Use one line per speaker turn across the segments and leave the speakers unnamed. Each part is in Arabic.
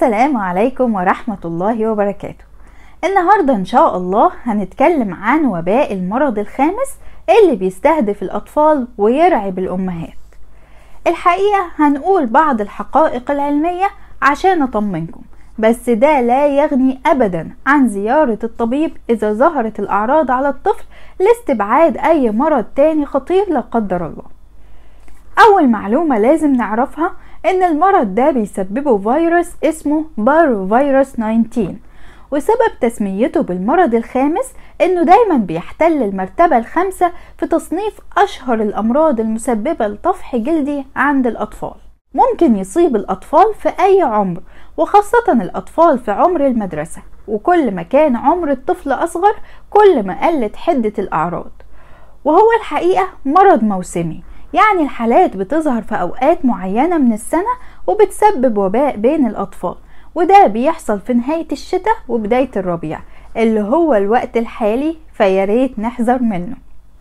السلام عليكم ورحمة الله وبركاته. النهاردة إن شاء الله هنتكلم عن وباء المرض الخامس اللي بيستهدف الأطفال ويرعب الأمهات. الحقيقة هنقول بعض الحقائق العلمية عشان أطمنكم، بس ده لا يغني أبدا عن زيارة الطبيب إذا ظهرت الأعراض على الطفل لاستبعاد أي مرض تاني خطير لا قدر الله. أول معلومة لازم نعرفها إن المرض ده بيسببه فيروس اسمه باروفيروس 19، وسبب تسميته بالمرض الخامس إنه دايما بيحتل المرتبة الخامسة في تصنيف أشهر الأمراض المسببة لطفح جلدي عند الأطفال. ممكن يصيب الأطفال في أي عمر، وخاصة الأطفال في عمر المدرسة، وكل ما كان عمر الطفل أصغر كل ما قلت حدة الأعراض. وهو الحقيقة مرض موسمي، يعني الحالات بتظهر في أوقات معينة من السنة وبتسبب وباء بين الأطفال، وده بيحصل في نهاية الشتاء وبداية الربيع اللي هو الوقت الحالي، فياريت نحذر منه.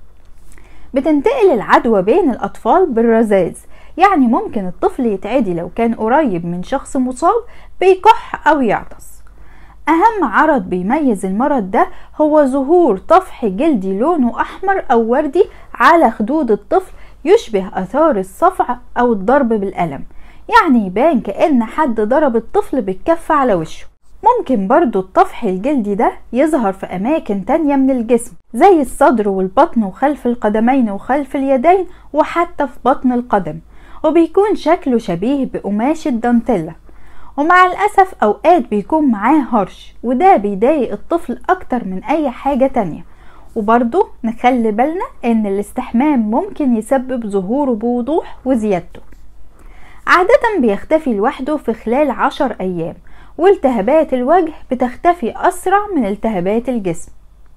بتنتقل العدوى بين الأطفال بالرذاذ، يعني ممكن الطفل يتعدي لو كان قريب من شخص مصاب بيكح أو يعطس. أهم عرض بيميز المرض ده هو ظهور طفح جلدي لونه أحمر أو وردي على خدود الطفل يشبه أثار الصفع أو الضرب بالقلم، يعني يبان كأن حد ضرب الطفل بالكف على وشه. ممكن برضو الطفح الجلدي ده يظهر في أماكن تانية من الجسم زي الصدر والبطن وخلف القدمين وخلف اليدين وحتى في بطن القدم، وبيكون شكله شبيه بقماش الدانتيلا، ومع الأسف أوقات بيكون معاه هرش، وده بيضايق الطفل أكتر من أي حاجة تانية. وبرضو نخلي بالنا ان الاستحمام ممكن يسبب ظهوره بوضوح وزيادته. عادة بيختفي لوحده في خلال 10 أيام، والتهابات الوجه بتختفي أسرع من التهابات الجسم.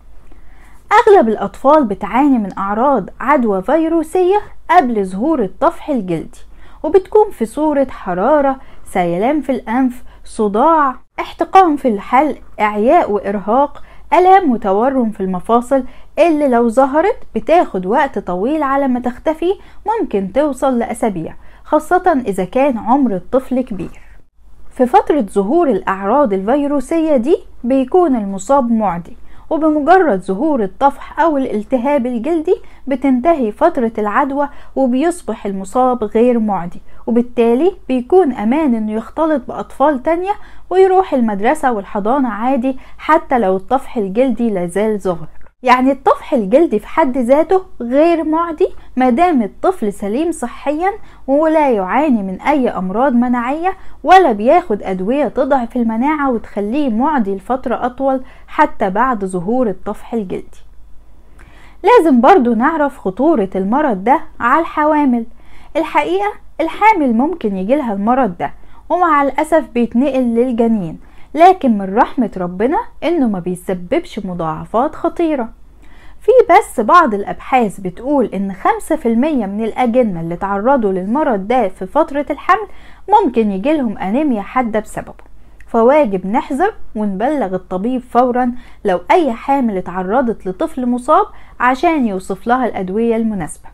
أغلب الأطفال بتعاني من أعراض عدوى فيروسية قبل ظهور الطفح الجلدي، وبتكون في صورة حرارة، سيلان في الأنف، صداع، احتقان في الحلق، إعياء وإرهاق، ألام وتورم في المفاصل اللي لو ظهرت بتاخد وقت طويل على ما تختفي، ممكن توصل لأسابيع، خاصة إذا كان عمر الطفل كبير. في فترة ظهور الأعراض الفيروسية دي بيكون المصاب معدي، وبمجرد ظهور الطفح أو الالتهاب الجلدي بتنتهي فترة العدوى وبيصبح المصاب غير معدي، وبالتالي بيكون أمان إنه يختلط بأطفال تانية ويروح المدرسة والحضانة عادي حتى لو الطفح الجلدي لازال ظاهر. يعني الطفح الجلدي في حد ذاته غير معدي مادام الطفل سليم صحيا ولا يعاني من أي أمراض مناعية ولا بياخد أدوية تضعف المناعة وتخليه معدي لفترة أطول حتى بعد ظهور الطفح الجلدي. لازم برضو نعرف خطورة المرض ده على الحوامل. الحقيقة الحامل ممكن يجيلها المرض ده، ومع الأسف بيتنقل للجنين، لكن من رحمة ربنا إنه ما بيسببش مضاعفات خطيرة. في بس بعض الأبحاث بتقول إن 5% من الأجنة اللي تعرضوا للمرض ده في فترة الحمل ممكن يجيلهم أنيميا حادة بسببه، فواجب نحذر ونبلغ الطبيب فورا لو أي حامل اتعرضت لطفل مصاب عشان يوصف لها الأدوية المناسبة.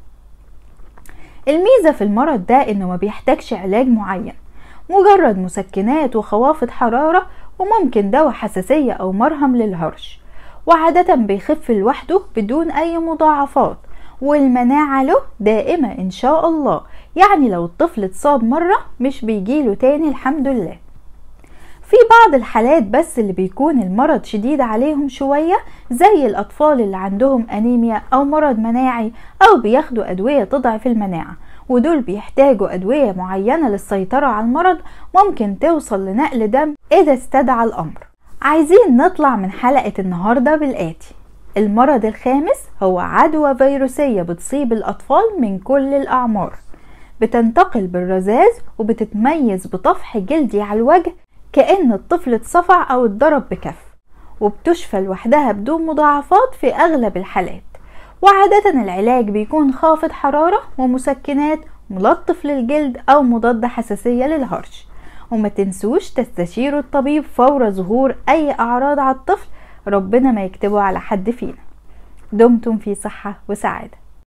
الميزة في المرض ده إنه ما بيحتاجش علاج معين، مجرد مسكنات وخوافض حرارة، وممكن دواء حساسية أو مرهم للهرش، وعادة بيخف لوحده بدون أي مضاعفات، والمناعة له دائمة إن شاء الله، يعني لو الطفل اتصاب مرة مش بيجيله تاني الحمد لله. في بعض الحالات بس اللي بيكون المرض شديد عليهم شوية، زي الأطفال اللي عندهم أنيميا أو مرض مناعي أو بياخدوا أدوية تضعف المناعة، ودول بيحتاجوا أدوية معينة للسيطرة على المرض، ممكن توصل لنقل دم إذا استدعى الأمر. عايزين نطلع من حلقة النهاردة بالآتي: المرض الخامس هو عدوى فيروسية بتصيب الأطفال من كل الأعمار، بتنتقل بالرذاذ وبتتميز بطفح جلدي على الوجه كأن الطفل اتصفع أو اتضرب بكف، وبتشفى لوحدها بدون مضاعفات في أغلب الحالات. وعادة العلاج بيكون خافض حرارة ومسكنات، ملطف للجلد أو مضاد حساسية للهرش. وما تنسوش تستشيروا الطبيب فور ظهور أي أعراض على الطفل، ربنا ما يكتبه على حد فينا. دمتم في صحة وسعادة.